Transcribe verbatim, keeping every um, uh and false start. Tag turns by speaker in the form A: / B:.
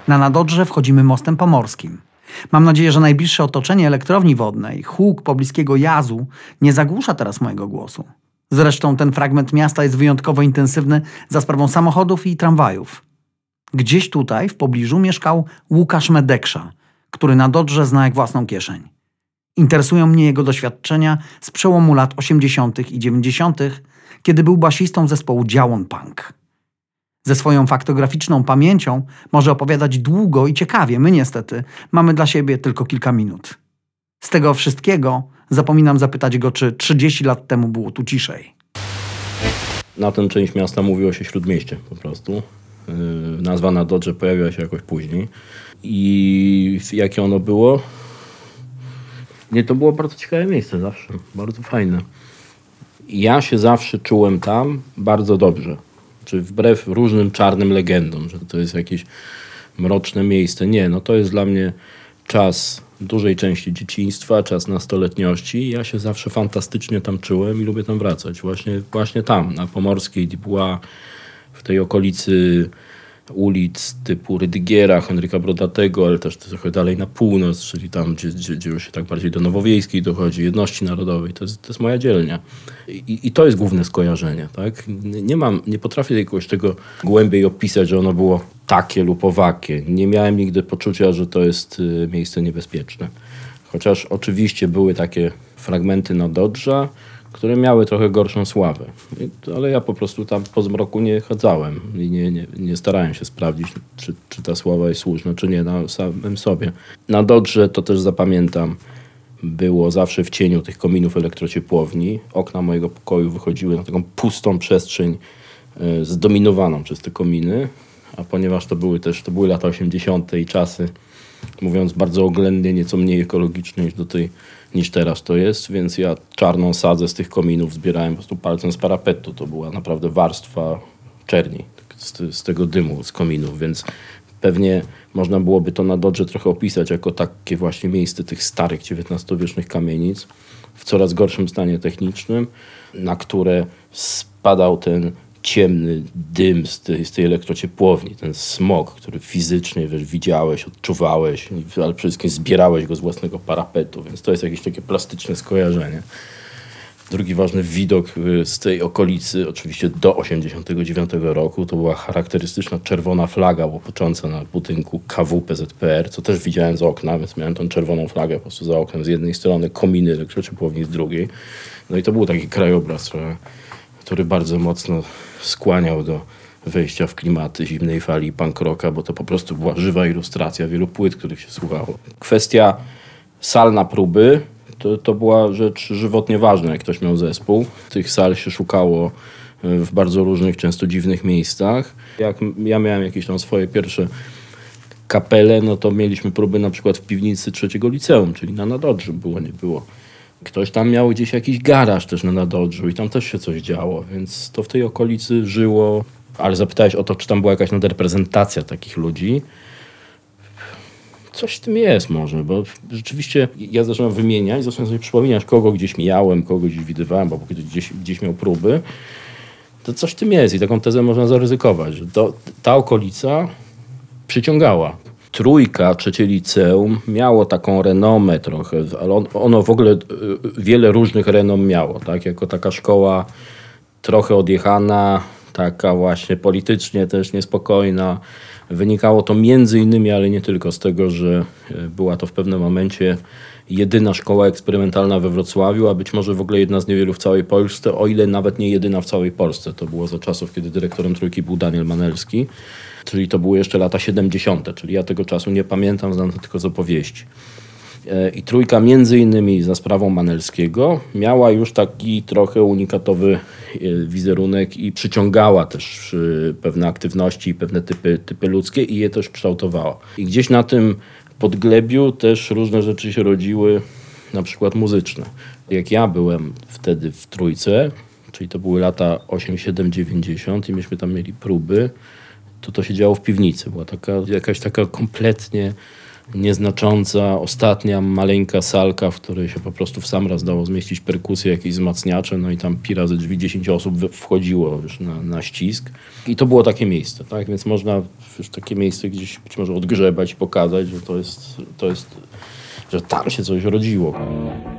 A: Na Nadodrze wchodzimy mostem pomorskim. Mam nadzieję, że najbliższe otoczenie elektrowni wodnej, huk pobliskiego jazu, nie zagłusza teraz mojego głosu. Zresztą ten fragment miasta jest wyjątkowo intensywny za sprawą samochodów i tramwajów. Gdzieś tutaj, w pobliżu, mieszkał Łukasz Medeksza, który Nadodrze zna jak własną kieszeń. Interesują mnie jego doświadczenia z przełomu lat osiemdziesiątych i dziewięćdziesiątych, kiedy był basistą zespołu Działon Punk. Ze swoją faktograficzną pamięcią może opowiadać długo i ciekawie. My niestety mamy dla siebie tylko kilka minut. Z tego wszystkiego zapominam zapytać go, czy trzydzieści lat temu było tu ciszej.
B: Na tę część miasta mówiło się Śródmieście po prostu. Yy, nazwa Nadodrze pojawiła się jakoś później. I jakie ono było? Nie, to było bardzo ciekawe miejsce zawsze. Bardzo fajne. Ja się zawsze czułem tam bardzo dobrze. Czy wbrew różnym czarnym legendom, że to jest jakieś mroczne miejsce. Nie, no to jest dla mnie czas dużej części dzieciństwa, czas nastoletniości. Ja się zawsze fantastycznie tam czułem i lubię tam wracać. Właśnie, właśnie tam, na Pomorskiej, Dubois, w tej okolicy ulic typu Rydygiera, Henryka Brodatego, ale też trochę dalej na północ, czyli tam, gdzie, gdzie, gdzie już się tak bardziej do Nowowiejskiej dochodzi, Jedności Narodowej. To jest, to jest moja dzielnia. I, I to jest główne skojarzenie. Tak? Nie mam, nie potrafię jakoś tego głębiej opisać, że ono było takie lub owakie. Nie miałem nigdy poczucia, że to jest miejsce niebezpieczne. Chociaż oczywiście były takie fragmenty Nadodrza, które miały trochę gorszą sławę. Ale ja po prostu tam po zmroku nie chadzałem i nie, nie, nie starałem się sprawdzić, czy, czy ta sława jest słuszna, czy nie na samym sobie. Nadodrze, to też zapamiętam, było zawsze w cieniu tych kominów elektrociepłowni. Okna mojego pokoju wychodziły na taką pustą przestrzeń y, zdominowaną przez te kominy, a ponieważ to były też to były lata osiemdziesiąte i czasy, mówiąc bardzo oględnie, nieco mniej ekologicznie niż do tej niż teraz to jest, więc ja czarną sadzę z tych kominów zbierałem po prostu palcem z parapetu. To była naprawdę warstwa czerni z, z tego dymu z kominów, więc pewnie można byłoby to na Nadodrze trochę opisać jako takie właśnie miejsce tych starych dziewiętnastowiecznych kamienic w coraz gorszym stanie technicznym, na które spadał ten ciemny dym z tej, z tej elektrociepłowni, ten smog, który fizycznie wiesz, widziałeś, odczuwałeś, ale przede wszystkim zbierałeś go z własnego parapetu, więc to jest jakieś takie plastyczne skojarzenie. Drugi ważny widok z tej okolicy, oczywiście do osiemdziesiątego dziewiątego roku, to była charakterystyczna czerwona flaga łopocząca na budynku K W P Z P R, co też widziałem z okna, więc miałem tą czerwoną flagę po prostu za oknem z jednej strony, kominy elektrociepłowni z drugiej. No i to był taki krajobraz, który bardzo mocno skłaniał do wejścia w klimaty zimnej fali punk rocka, bo to po prostu była żywa ilustracja wielu płyt, których się słuchało. Kwestia sal na próby to, to była rzecz żywotnie ważna, jak ktoś miał zespół. Tych sal się szukało w bardzo różnych, często dziwnych miejscach. Jak ja miałem jakieś tam swoje pierwsze kapele, no to mieliśmy próby na przykład w piwnicy trzeciego liceum, czyli na Nadodrzu było, nie było. Ktoś tam miał gdzieś jakiś garaż też na Nadodrzu i tam też się coś działo, więc to w tej okolicy żyło. Ale zapytałeś o to, czy tam była jakaś nadreprezentacja takich ludzi. Coś w tym jest może, bo rzeczywiście ja zacząłem wymieniać, zacząłem sobie przypominać, kogo gdzieś mijałem, kogo gdzieś widywałem, bo gdzieś, gdzieś miał próby. To coś w tym jest i taką tezę można zaryzykować, że to, ta okolica przyciągała. Trójka, trzecie liceum miało taką renomę trochę, ale on, ono w ogóle wiele różnych renom miało, tak? Jako taka szkoła trochę odjechana, taka właśnie politycznie też niespokojna. Wynikało to między innymi, ale nie tylko z tego, że była to w pewnym momencie jedyna szkoła eksperymentalna we Wrocławiu, a być może w ogóle jedna z niewielu w całej Polsce, o ile nawet nie jedyna w całej Polsce. To było za czasów, kiedy dyrektorem Trójki był Daniel Manelski, czyli to były jeszcze lata siedemdziesiąte, czyli ja tego czasu nie pamiętam, znam to tylko z opowieści. I Trójka między innymi za sprawą Manelskiego miała już taki trochę unikatowy wizerunek i przyciągała też pewne aktywności i pewne typy, typy ludzkie i je też kształtowała. I gdzieś na tym podglebiu też różne rzeczy się rodziły, na przykład muzyczne. Jak ja byłem wtedy w Trójce, czyli to były lata osiemdziesiąte, siedemdziesiąte, dziewięćdziesiąte i myśmy tam mieli próby, to to się działo w piwnicy. Była taka, jakaś taka kompletnie nieznacząca, ostatnia maleńka salka, w której się po prostu w sam raz dało zmieścić perkusję, jakieś wzmacniacze, no i tam pi razy drzwi dziesięć osób wchodziło już na, na ścisk. I to było takie miejsce, tak? Więc można już takie miejsce gdzieś być może odgrzebać i pokazać, że to jest, to jest, że tam się coś rodziło.